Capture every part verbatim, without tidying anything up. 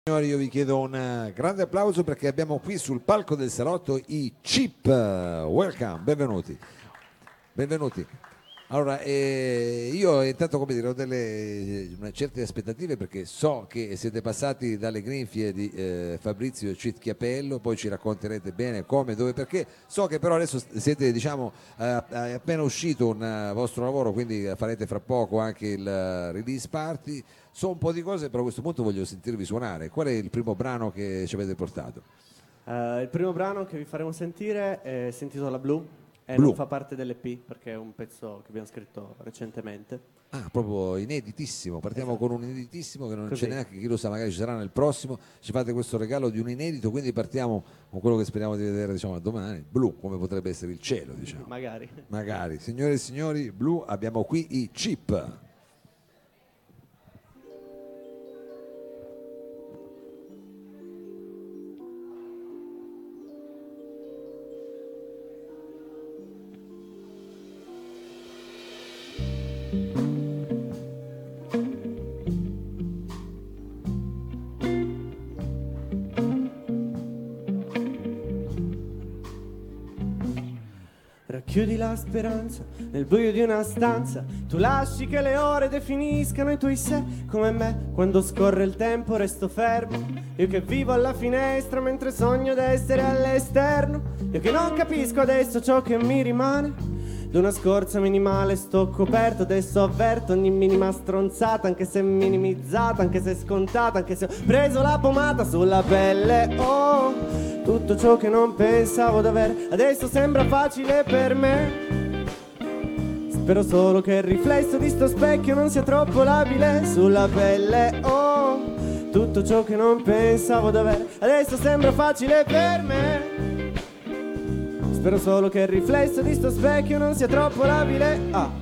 Signori, io vi chiedo un grande applauso perché abbiamo qui sul palco del salotto i Chip. Welcome, benvenuti. Benvenuti. Allora, eh, io intanto, come dire, ho delle una certe aspettative perché so che siete passati dalle grinfie di eh, Fabrizio Citchiapello, poi ci racconterete bene come, dove, perché. So che però adesso siete, diciamo, eh, è appena uscito un uh, vostro lavoro, quindi farete fra poco anche il uh, release party. So un po' di cose, però a questo punto voglio sentirvi suonare. Qual è il primo brano che ci avete portato? Uh, il primo brano che vi faremo sentire è, si intitola Blue e Blue. non fa parte dell'E P perché è un pezzo che abbiamo scritto recentemente. Ah, proprio ineditissimo. Partiamo Esatto. con un ineditissimo che non Così. c'è neanche, chi lo sa, magari ci sarà nel prossimo. Ci fate questo regalo di un inedito, quindi partiamo con quello che speriamo di vedere, diciamo, domani. Blu, come potrebbe essere il cielo, diciamo. Magari. Magari. Signore e signori, Blu, abbiamo qui i Chip. Racchiudi la speranza nel buio di una stanza. Tu lasci che le ore definiscano i tuoi sé. Come me, quando scorre il tempo resto fermo. Io che vivo alla finestra mentre sogno d'essere all'esterno. Io che non capisco adesso ciò che mi rimane. D'una scorza minimale sto coperto. Adesso avverto ogni minima stronzata, anche se minimizzata, anche se scontata, anche se ho preso la pomata sulla pelle. Oh, tutto ciò che non pensavo d'avere adesso sembra facile per me. Spero solo che il riflesso di sto specchio non sia troppo labile sulla pelle. Oh, tutto ciò che non pensavo d'avere adesso sembra facile per me. Spero solo che il riflesso di sto specchio non sia troppo labile. Ah.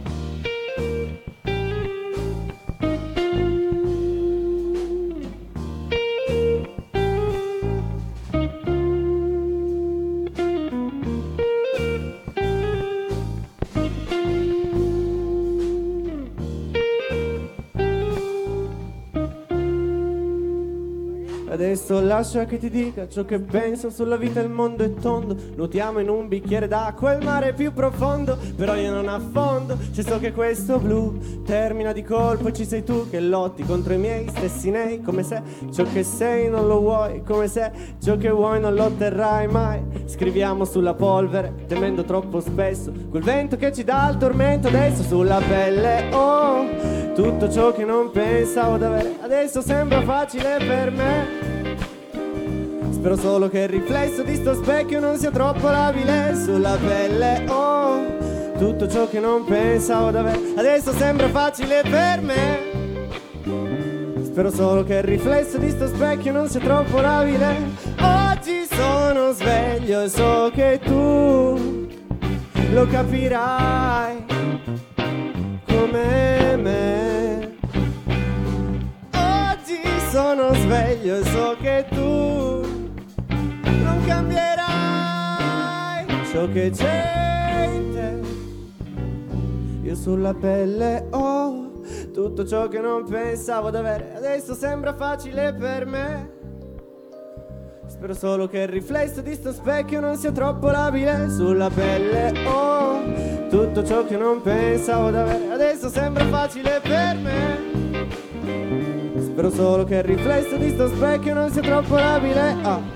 Adesso lascia che ti dica ciò che penso sulla vita, il mondo è tondo. Nuotiamo in un bicchiere d'acqua, il mare è più profondo. Però io non affondo, se so che questo blu termina di colpo e ci sei tu che lotti contro i miei stessi nei. Come se ciò che sei non lo vuoi, come se ciò che vuoi non lo otterrai mai. Scriviamo sulla polvere, temendo troppo spesso quel vento che ci dà il tormento. Adesso sulla pelle, oh, tutto ciò che non pensavo d'avere adesso sembra facile per me. Spero solo che il riflesso di sto specchio non sia troppo labile sulla pelle. Oh, tutto ciò che non pensavo d'avere adesso sembra facile per me. Spero solo che il riflesso di sto specchio non sia troppo labile. Oggi sono sveglio e so che tu lo capirai come me. Oggi sono sveglio e so che tu non cambierai ciò che c'è in te. Io sulla pelle ho tutto ciò che non pensavo d'avere adesso sembra facile per me. Spero solo che il riflesso di sto specchio non sia troppo labile sulla pelle. Oh, tutto ciò che non pensavo d'avere adesso sembra facile per me. Spero solo che il riflesso di sto specchio non sia troppo labile. Ah.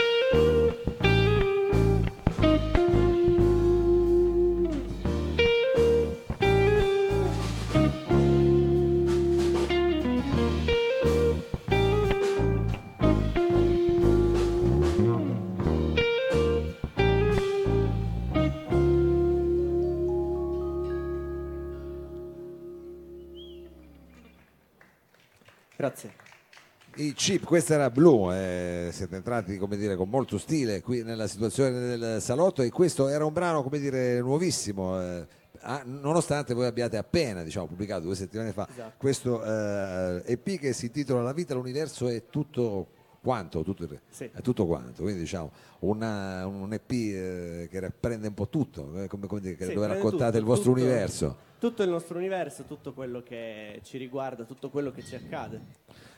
Grazie. I Chip, questa era Blu, eh, siete entrati, come dire, con molto stile qui nella situazione del salotto e questo era un brano, come dire, nuovissimo, eh, ah, nonostante voi abbiate appena, diciamo, pubblicato due settimane fa, esatto, questo eh, E P che si intitola La vita, l'universo è tutto quanto, tutto, il, sì. è tutto quanto, quindi diciamo una, un E P eh, che prende un po' tutto, eh, come, come dire, che Sì, dove prende raccontate tutto, il vostro tutto, universo. Tutto il nostro universo, tutto quello che ci riguarda, tutto quello che ci accade.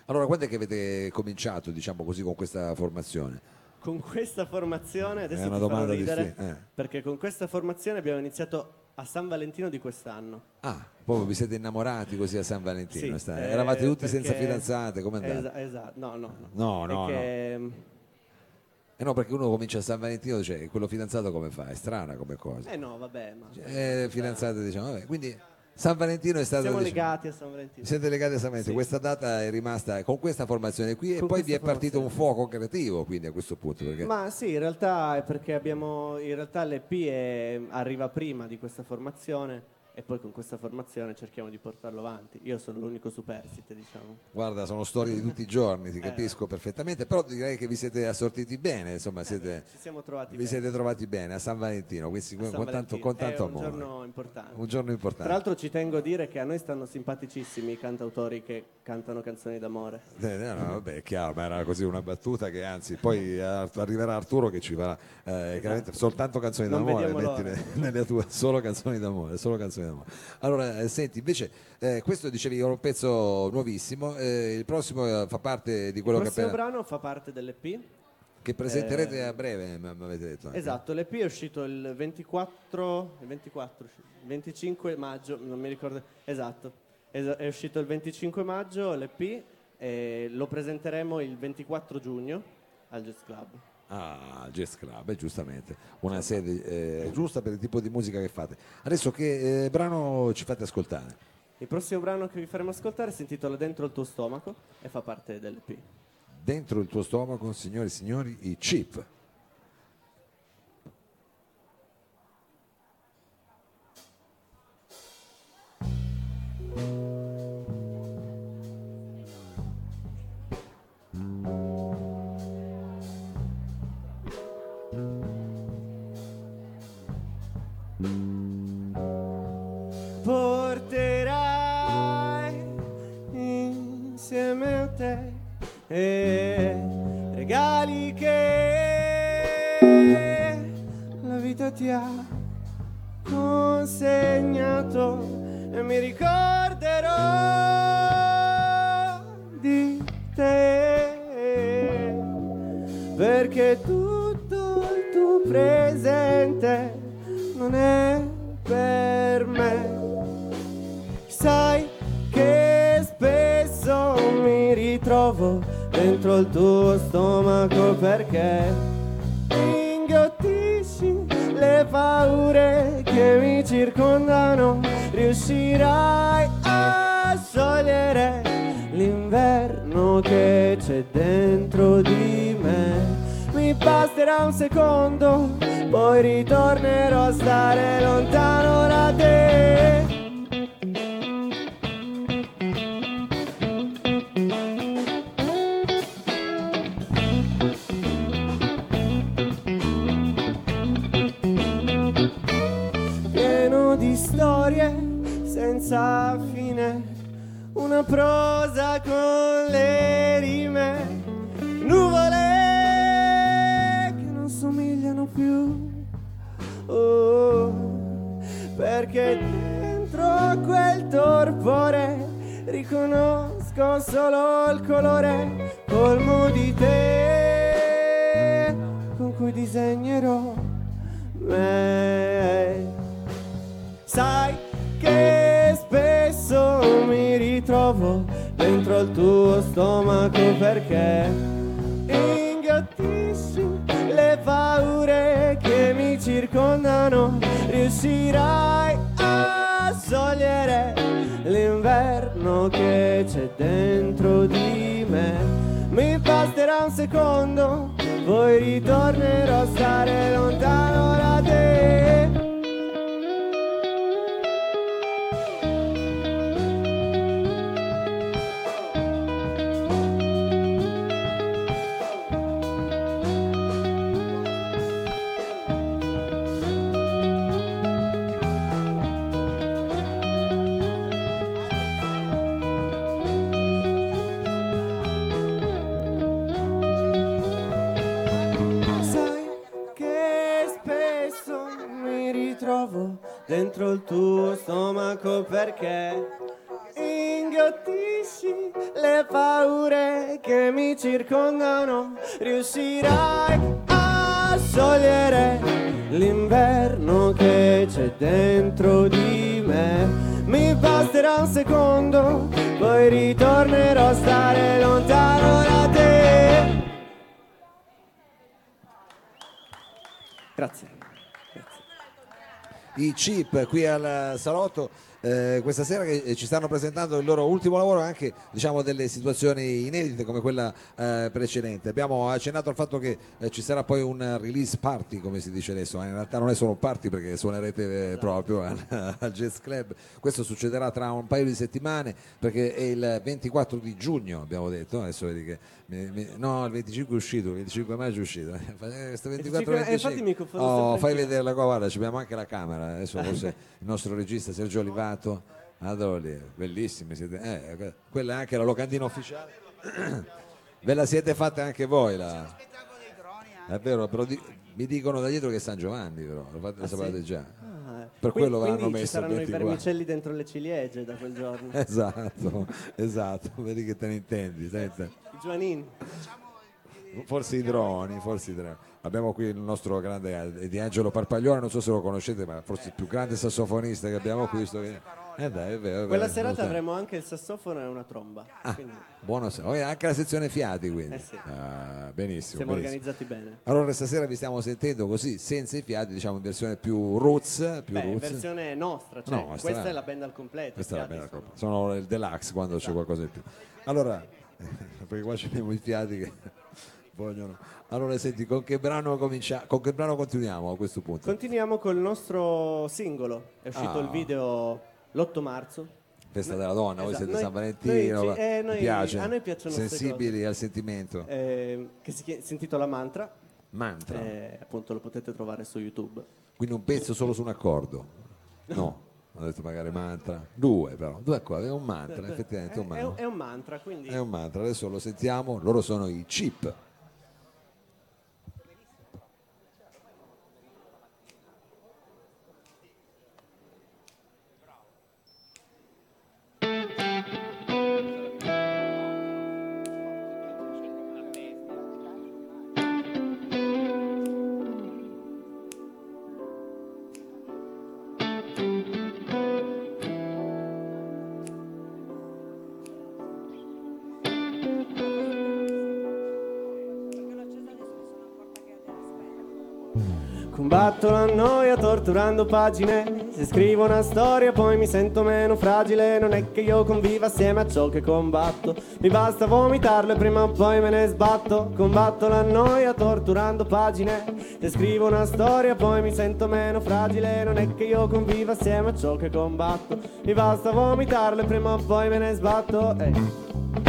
Allora, quando è che avete cominciato, diciamo così, con questa formazione? Con questa formazione, adesso È una ti farò domanda ridere, difficile, eh. perché con questa formazione abbiamo iniziato a San Valentino di quest'anno. Ah, proprio vi siete innamorati così a San Valentino? Sì, sta- eh, Eravate tutti senza perché- fidanzate, come andate? Esa- esatto, no, no, no. No, no, È che, Eh no, perché uno comincia a San Valentino, dice, quello fidanzato come fa? È strana come cosa. Eh no, vabbè, ma Eh, fidanzate, diciamo, vabbè, quindi San Valentino è stato... siamo diciamo, legati a San Valentino. siete legati a San Valentino, Sì. questa data è rimasta con questa formazione qui e Con poi vi è questa partito un formazione. fuoco creativo quindi a questo punto perché... Ma sì, in realtà è perché abbiamo, in realtà l'E P è- arriva prima di questa formazione e poi con questa formazione cerchiamo di portarlo avanti. Io sono l'unico superstite, diciamo. Guarda, sono storie di tutti i giorni, Eh. ti capisco perfettamente, però direi che vi siete assortiti bene, insomma, siete, Ci siamo trovati vi bene. siete trovati bene a San Valentino, questi- A con, San tanto, Valentino. con tanto È un amore. giorno importante. Un giorno importante. Tra l'altro ci tengo a dire che a noi stanno simpaticissimi i cantautori che cantano canzoni d'amore. Eh, no, no, vabbè, è chiaro, ma era così una battuta che anzi poi eh, arriverà Arturo che ci farà eh, chiaramente soltanto canzoni Non d'amore, vediamo metti l'ora. ne- nelle tue solo canzoni d'amore, solo canzoni d'amore. Allora, eh, senti, invece eh, questo dicevi era un pezzo nuovissimo, eh, il prossimo eh, fa parte di quello Il che, prossimo appena- brano fa parte dell'E P. che presenterete a breve, mi mi avete detto. anche. Esatto, l'E P è uscito il ventiquattro, il ventiquattro, il venticinque maggio, non mi ricordo, esatto, Es- è uscito il venticinque maggio l'E P e lo presenteremo il ventiquattro giugno al Jazz Club. Ah, Jazz Club, eh, giustamente, una sede eh, giusta per il tipo di musica che fate. Adesso che eh, brano ci fate ascoltare? Il prossimo brano che vi faremo ascoltare si intitola Dentro il tuo stomaco e fa parte dell'E P. Dentro il tuo stomaco, signori e signori, i Chip. Porterai insieme a te e regali che la vita ti ha consegnato e mi ricorderò di te perché tutto il tuo presente non è per me. Sai che spesso mi ritrovo dentro il tuo stomaco perché ingottisci le paure che mi circondano. Riuscirai a sciogliere l'inverno che c'è dentro di me. Mi basterà un secondo, poi ritornerò a stare lontano da te. Pieno di storie senza fine, una prosa con le rime, nuvole che non somigliano più, oh, perché dentro quel torpore riconosco solo il colore colmo di te con cui disegnerò me. Sai che spesso mi ritrovo dentro il tuo stomaco perché ingottisci le paure che mi circondano. Riuscirai a sciogliere l'inverno che c'è dentro di me. Mi basterà un secondo, poi ritornerò a stare lontano da te. Sai che spesso mi ritrovo dentro il tuo stomaco perché ingottisci ingrottisci le paure che mi circondano, riuscirai a sciogliere l'inverno che c'è dentro di me. Mi basterà un secondo, poi ritornerò a stare lontano da te. Grazie. I Chip qui al salotto eh, questa sera, che ci stanno presentando il loro ultimo lavoro, anche diciamo delle situazioni inedite come quella eh, precedente. Abbiamo accennato al fatto che eh, ci sarà poi un release party, come si dice adesso, ma in realtà non è solo un party perché suonerete eh, proprio al, al Jazz Club. Questo succederà tra un paio di settimane perché è il ventiquattro di giugno, abbiamo detto. Adesso vedi che mi, mi, no, il venticinque è uscito, il venticinque maggio è uscito. Questo ventiquattro venticinque. Infatti mi confondo oh, sempre fai anch'io. vedere la qua, guarda, ci abbiamo anche la camera. Adesso forse il nostro regista Sergio Olivato. Adoro lì, bellissimi siete. Eh, quella è anche la locandina ufficiale. Ve la siete fatta anche voi la... È vero, però di... mi dicono da dietro che è San Giovanni, però lo fate, Ah, lo sapete sì? già. Ah, Per quindi, quello l'hanno quindi ci messo saranno i ventiquattro. vermicelli dentro le ciliegie da quel giorno. Esatto, esatto, vedi che te ne intendi. Senta. I Giovanini. Forse i droni, forse i droni. Abbiamo qui il nostro grande Di Angelo Parpaglione, non so se lo conoscete, ma forse il più grande sassofonista che abbiamo qui. Visto che... eh dai, è vero, è Quella vero, serata molto... avremo anche il sassofono e una tromba. Ah, quindi buono, oh, anche la sezione fiati, quindi. Eh sì. Ah, benissimo. siamo benissimo. organizzati bene. Allora stasera vi stiamo sentendo così, senza i fiati, diciamo in versione più roots. Più Beh, roots. versione nostra, cioè, No, questa strana. è la band al completo. Questa è la i fiati bella sono- colpa. Sono il deluxe quando c'è qualcosa in più. Allora, perché qua abbiamo i fiati che vogliono. Allora senti, con che brano comincia... con che brano continuiamo a questo punto? Continuiamo col nostro singolo. È uscito Ah. il video l'otto marzo. Festa della donna, voi Esatto, siete noi- San Valentino, noi ci- eh, vi noi- piace? a noi piacciono queste Sensibili al sentimento. eh, che si, chi- si intitola Mantra. Mantra, Eh, appunto lo potete trovare su YouTube. quindi un pezzo solo su un accordo? No, ho detto magari mantra, due però, due accordi, è un mantra, effettivamente è un È, è mantra. un- è un mantra, quindi È un mantra, adesso lo sentiamo, loro sono i Chip. combatto la noia torturando pagine. Se scrivo una storia poi mi sento meno fragile. Non è che io conviva assieme a ciò che combatto. Mi basta vomitarlo e prima o poi me ne sbatto. Combatto la noia torturando pagine. Se scrivo una storia poi mi sento meno fragile. Non è che io conviva assieme a ciò che combatto. Mi basta vomitarlo e prima o poi me ne sbatto. Ehi.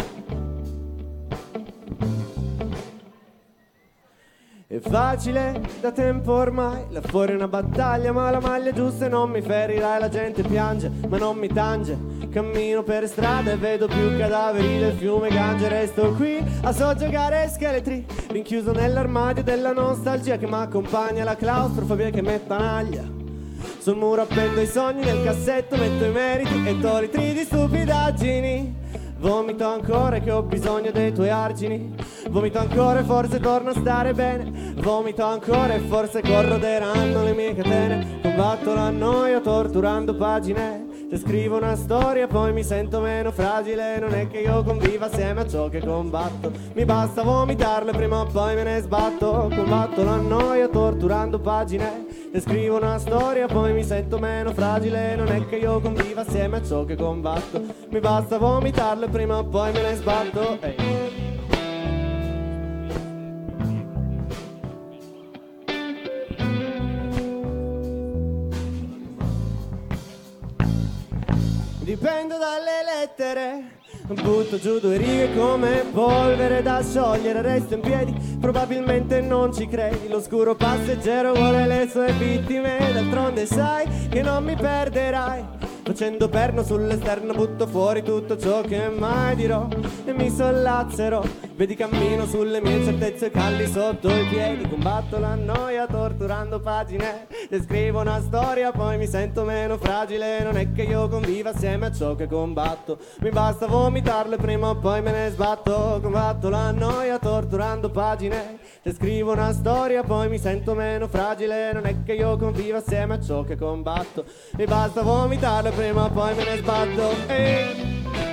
È facile da tempo ormai, là fuori è una battaglia, ma la maglia giusta e non mi ferirà. La gente piange, ma non mi tange. Cammino per strada e vedo più cadaveri del fiume Gange. Resto qui a soggiogare scheletri, rinchiuso nell'armadio della nostalgia che mi accompagna. La claustrofobia che m'attanaglia. Sul muro appendo i sogni, nel cassetto metto i meriti e tolitri di stupidaggini. Vomito ancora che ho bisogno dei tuoi argini. Vomito ancora e forse torno a stare bene. Vomito ancora e forse corroderanno le mie catene. Combatto la noia torturando pagine. Se scrivo una storia poi mi sento meno fragile. Non è che io conviva assieme a ciò che combatto. Mi basta vomitarlo e prima o poi me ne sbatto. Combatto la noia torturando pagine. Se scrivo una storia poi mi sento meno fragile. Non è che io conviva assieme a ciò che combatto. Mi basta vomitarlo e prima o poi me ne sbatto. Ehi. Dipendo dalle lettere. Butto giù due righe come polvere da sciogliere. Resto in piedi, probabilmente non ci credi. L'oscuro passeggero vuole le sue vittime. D'altronde sai che non mi perderai. Facendo perno sull'esterno butto fuori tutto ciò che mai dirò. E mi sollazzerò Vedi cammino sulle mie certezze calli sotto i piedi. Combatto la noia torturando pagine e scrivo una storia, poi mi sento meno fragile. Non è che io conviva assieme a ciò che combatto, mi basta vomitarle prima o poi me ne sbatto. Combatto la noia torturando pagine e scrivo una storia, poi mi sento meno fragile. Non è che io conviva assieme a ciò che combatto, mi basta vomitarle prima o poi me ne sbatto. Ehi.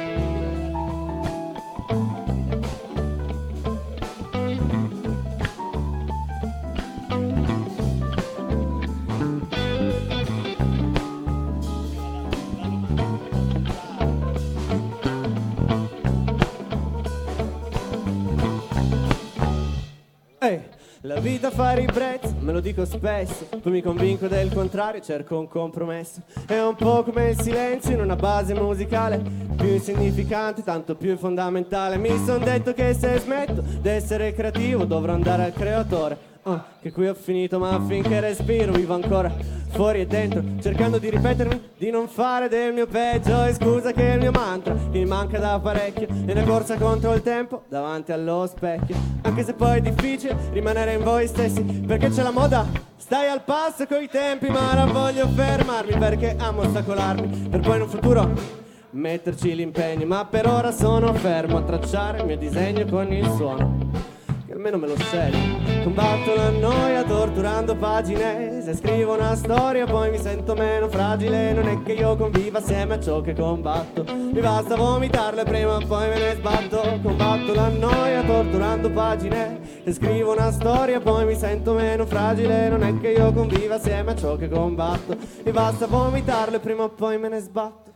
Hey, la vita fa ribrezzo, me lo dico spesso, poi mi convinco del contrario, cerco un compromesso. È un po' come il silenzio in una base musicale, più insignificante, tanto più fondamentale. Mi son detto che se smetto d'essere creativo dovrò andare al creatore. Oh, che qui ho finito, ma finché respiro vivo ancora fuori e dentro, cercando di ripetermi di non fare del mio peggio. E scusa che il mio mantra mi manca da parecchio, nella corsa contro il tempo davanti allo specchio. Anche se poi è difficile rimanere in voi stessi, perché c'è la moda, stai al passo coi tempi. Ma non voglio fermarmi perché amo ostacolarmi, per poi in un futuro metterci l'impegno. Ma per ora sono fermo a tracciare il mio disegno con il suono, che almeno me lo scelgo. Combatto la noia torturando pagine, se scrivo una storia poi mi sento meno fragile. Non è che io conviva assieme a ciò che combatto, mi basta vomitarle prima o poi me ne sbatto. Combatto la noia torturando pagine, se scrivo una storia poi mi sento meno fragile. Non è che io conviva assieme a ciò che combatto, mi basta vomitarle prima o poi me ne sbatto.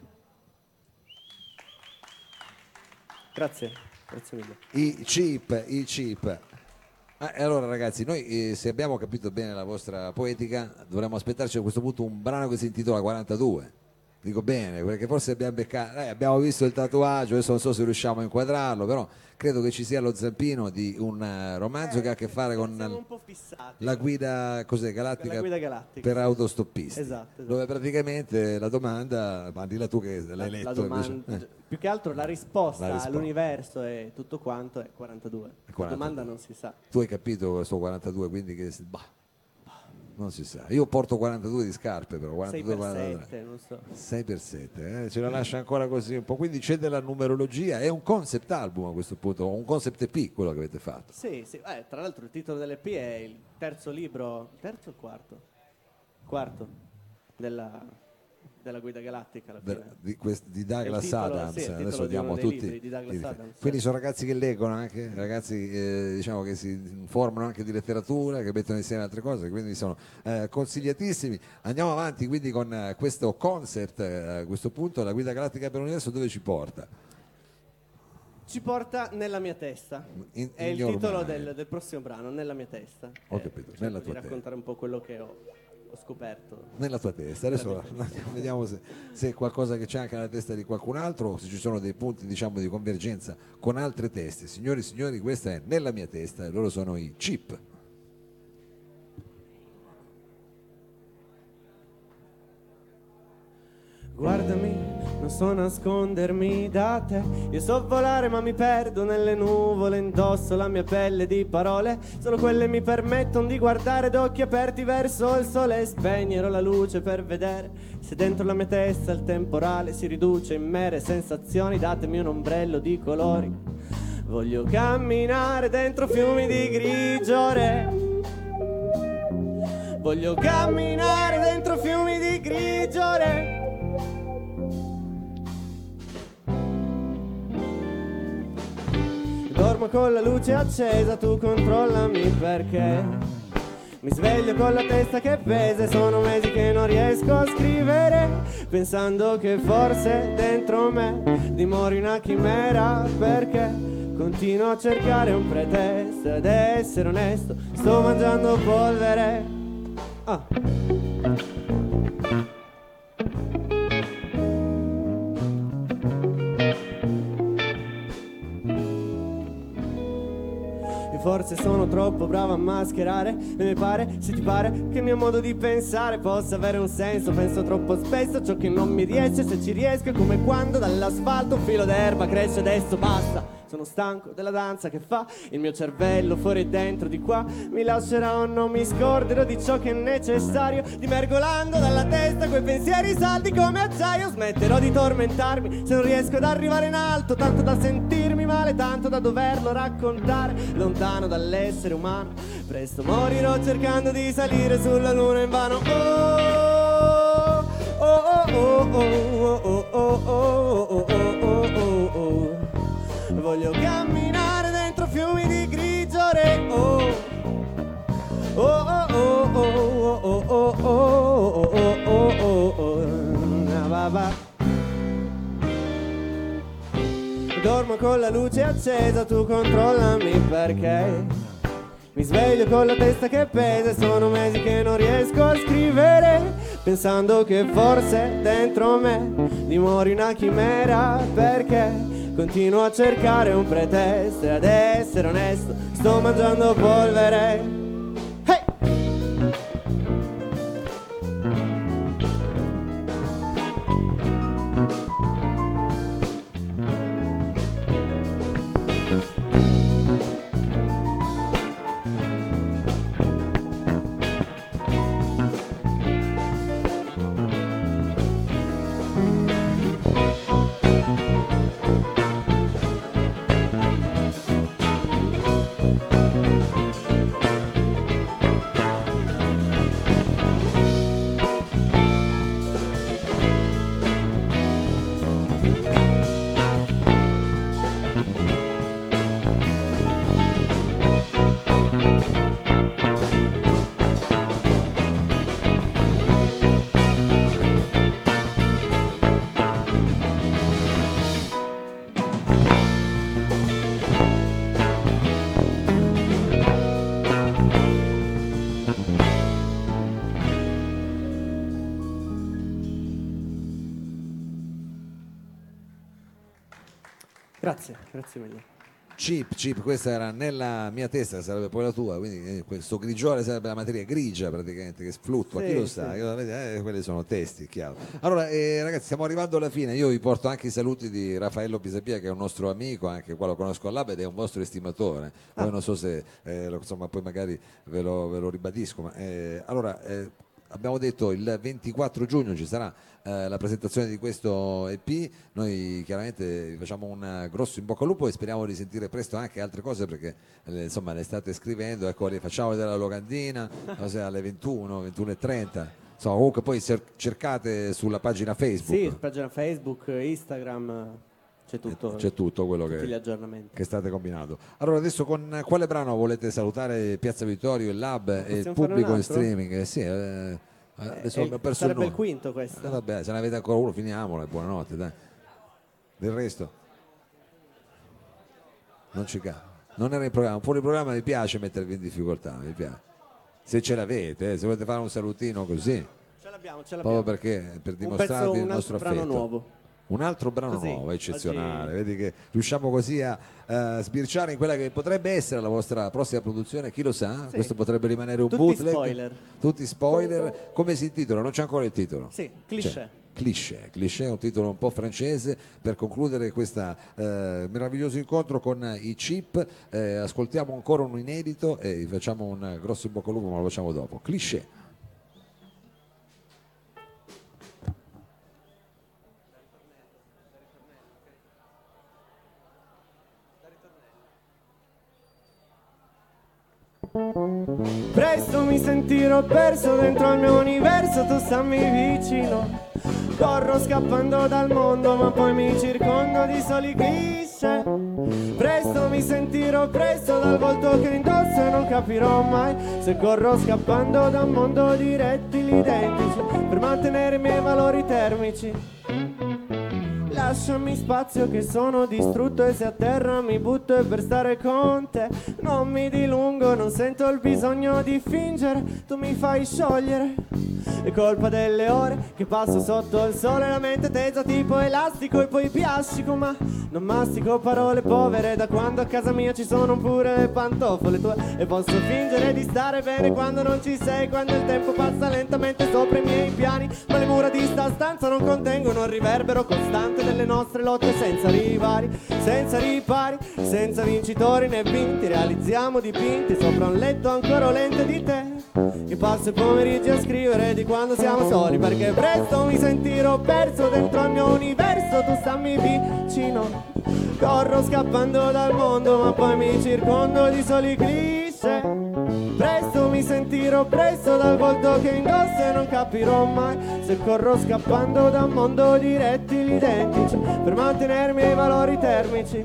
Grazie, grazie mille. I Chip, i Chip. Ah, e allora ragazzi, noi eh, se abbiamo capito bene la vostra poetica dovremmo aspettarci a questo punto un brano che si intitola quarantadue. Dico bene, perché forse abbiamo beccato, eh, abbiamo visto il tatuaggio, adesso non so se riusciamo a inquadrarlo, però credo che ci sia lo zampino di un uh, romanzo eh, che ha a che fare con un po' fissati, la guida, cos'è, galattica, la guida galattica per autostoppisti, esatto, esatto. Dove praticamente la domanda, ma dilla tu che l'hai la, letto la domanda, invece, eh. più che altro la risposta, La risposta all'universo e tutto quanto è quarantadue. quarantadue. La domanda non si sa. Tu hai capito questo quarantadue, quindi che bah, non si sa. Io porto quarantadue di scarpe, però quarantadue, sei per quarantadue. sette, non so. sei per sette, eh? Ce la lascia ancora così un po'. Quindi c'è della numerologia, è un concept album a questo punto, un concept E P quello che avete fatto. Sì, sì. Eh, tra l'altro il titolo dell'E P è il terzo libro, terzo o quarto? Quarto della, della guida galattica alla fine. Di, quest, di Douglas titolo, Adams, sì, adesso diamo dei tutti. libri di Douglas Adams, Quindi sì. sono ragazzi che leggono anche, ragazzi eh, diciamo che si informano anche di letteratura, che mettono insieme altre cose, quindi sono eh, consigliatissimi. Andiamo avanti quindi con eh, questo concept, eh, a questo punto la guida galattica per l'universo dove ci porta? Ci porta nella mia testa. In, è in il titolo ormai. del, del prossimo brano, nella mia testa. Ho eh, capito, cerco nella di tua raccontare testa. un po' quello che ho, ho scoperto. Nella tua testa, adesso vediamo se, se è qualcosa che c'è anche nella testa di qualcun altro o se ci sono dei punti diciamo di convergenza con altre teste. Signori e signori, questa è Nella mia testa e loro sono i Chip. Guardami, non so nascondermi da te. Io so volare ma mi perdo nelle nuvole. Indosso la mia pelle di parole, solo quelle mi permettono di guardare d'occhi aperti verso il sole. Spegnerò la luce per vedere se dentro la mia testa il temporale si riduce in mere sensazioni. Datemi un ombrello di colori. Voglio camminare dentro fiumi di grigiore. Voglio camminare dentro fiumi di grigiore. Dormo con la luce accesa, tu controllami perché mi sveglio con la testa che pesa e sono mesi che non riesco a scrivere, pensando che forse dentro me dimori una chimera, perché continuo a cercare un pretesto ed essere onesto, sto mangiando polvere. Ah. Forse sono troppo bravo a mascherare le mie pare, se ti pare che il mio modo di pensare possa avere un senso. Penso troppo spesso ciò che non mi riesce, se ci riesco è come quando dall'asfalto un filo d'erba cresce. Adesso basta, Sono stanco della danza che fa il mio cervello fuori e dentro di qua. Mi lascerà o non mi scorderò di ciò che è necessario, dimergolando dalla testa quei pensieri saldi come acciaio. Smetterò di tormentarmi se non riesco ad arrivare in alto, tanto da sentirmi male, tanto da doverlo raccontare lontano dall'essere umano. Presto morirò cercando di salire sulla luna invano. Oh, oh, oh, oh, oh, oh, oh, oh, oh, oh, oh. Voglio camminare dentro fiumi di grigiore. Oh, oh, oh, oh, oh, oh, oh, oh, oh, oh, oh. Dormo con la luce accesa, tu controllami perché mi sveglio con la testa che pesa e sono mesi che non riesco a scrivere, pensando che forse dentro me dimori una chimera, perché continuo a cercare un pretesto e ad essere onesto sto mangiando polvere. Hey! Grazie, grazie mille. Chip, chip, questa era nella mia testa, sarebbe poi la tua, quindi eh, questo grigiore sarebbe la materia grigia praticamente che fluttua, Sì, chi lo sì. sa, eh, quelli sono testi, chiaro. Allora eh, ragazzi, stiamo arrivando alla fine, io vi porto anche i saluti di Raffaello Pisapia che è un nostro amico, anche qua lo conosco al Lab ed è un vostro estimatore, poi Ah. non so se, eh, lo- insomma poi magari ve lo, ve lo ribadisco, ma eh, allora... Eh, abbiamo detto il ventiquattro giugno ci sarà eh, la presentazione di questo E P, noi chiaramente vi facciamo un eh, grosso in bocca al lupo e speriamo di sentire presto anche altre cose perché eh, insomma le state scrivendo, ecco le facciamo vedere la locandina no, se alle ventuno, ventuno e trenta, insomma comunque poi cer- cercate sulla pagina Facebook, Sì, pagina Facebook, Instagram, c'è tutto, c'è tutto quello tutti gli che, aggiornamenti. che state combinando. Allora adesso con quale brano volete salutare Piazza Vittorio, il Lab e il Possiamo farne pubblico un in altro? streaming? Eh, sì, eh, adesso Eh, abbiamo perso sarebbe il il nome. quinto questo. Eh, vabbè, se ne avete ancora uno, finiamola, buonanotte, dai. Del resto non ci cade. Non era in programma, fuori programma mi piace mettervi in difficoltà, mi piace. Se ce l'avete, eh, se volete fare un salutino così, Ce l'abbiamo, ce l'abbiamo. proprio perché per Un dimostrarvi pezzo, il un nostro altro brano affetto. nuovo. Un altro brano Così, nuovo, eccezionale, oggi- vedi che riusciamo così a eh, sbirciare in quella che potrebbe essere la vostra prossima produzione, chi lo sa, Sì. questo potrebbe rimanere un Tutti bootleg. spoiler. Tutti spoiler, come si intitola? Non c'è ancora il titolo. Sì, cliché. C'è. Cliché, cliché è un titolo un po' francese per concludere questo meraviglioso incontro con i Chip. Eh, ascoltiamo ancora un inedito e vi facciamo un grosso in bocca al lupo, ma lo facciamo dopo. Cliché. Presto mi sentirò perso dentro il mio universo, tu stammi vicino. Corro scappando dal mondo ma poi mi circondo di soli cliché. Presto mi sentirò preso dal volto che indosso e non capirò mai se corro scappando da un mondo di rettili identici per mantenere i miei valori termici. Lasciami spazio che sono distrutto e se a terra mi butto e per stare con te non mi dilungo, non sento il bisogno di fingere, tu mi fai sciogliere. È colpa delle ore che passo sotto il sole, la mente tesa tipo elastico e poi piastico, ma non mastico parole povere da quando a casa mia ci sono pure le pantofole tue e posso fingere di stare bene quando non ci sei, quando il tempo passa lentamente sopra i miei piani, ma le mura di sta stanza non contengono il riverbero costante delle nelle nostre lotte senza ripari, senza ripari, senza vincitori né vinti. Realizziamo dipinti sopra un letto ancora lente di te. Io passo i pomeriggi a scrivere di quando siamo soli, perché presto mi sentirò perso dentro il mio universo. Tu stammi vicino, corro scappando dal mondo, ma poi mi circondo di soli cliché. Presto mi sentirò preso dal volto che indosso e non capirò mai se corro scappando da un mondo di rettili identici per mantenermi ai valori termici.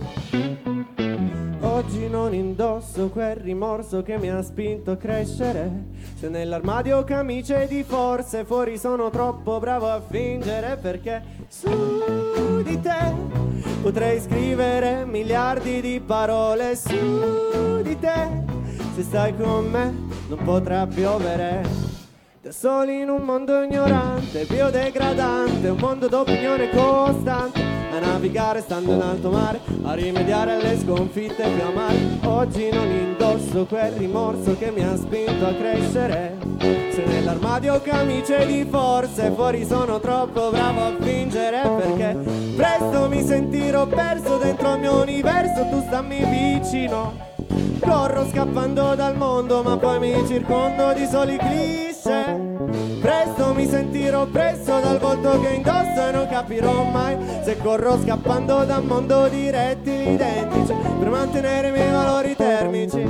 Oggi non indosso quel rimorso che mi ha spinto a crescere. Se nell'armadio camicie di forze, fuori sono troppo bravo a fingere, perché su di te potrei scrivere miliardi di parole. Su di te, se stai con me non potrà piovere. Da soli in un mondo ignorante, biodegradante, un mondo d'opinione costante, a navigare stando in alto mare, a rimediare alle sconfitte più amare. Oggi non indosso quel rimorso che mi ha spinto a crescere. Se nell'armadio camicie di forze, fuori sono troppo bravo a fingere, perché presto mi sentirò perso dentro il mio universo. Tu stammi vicino, corro scappando dal mondo, ma poi mi circondo di soli cliché. Presto mi sentirò preso dal volto che indosso e non capirò mai se corro scappando da un mondo di rettili identici per mantenere i miei valori termici.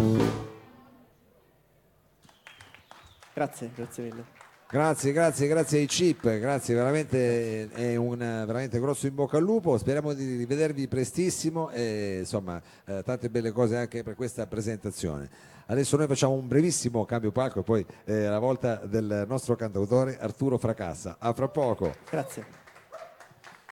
Grazie, grazie mille. Grazie, grazie, grazie ai Chip, grazie, veramente è un veramente grosso in bocca al lupo, speriamo di rivedervi prestissimo e insomma eh, tante belle cose anche per questa presentazione. Adesso noi facciamo un brevissimo cambio palco e poi eh, la volta del nostro cantautore Arturo Fracassa. A fra poco. Grazie.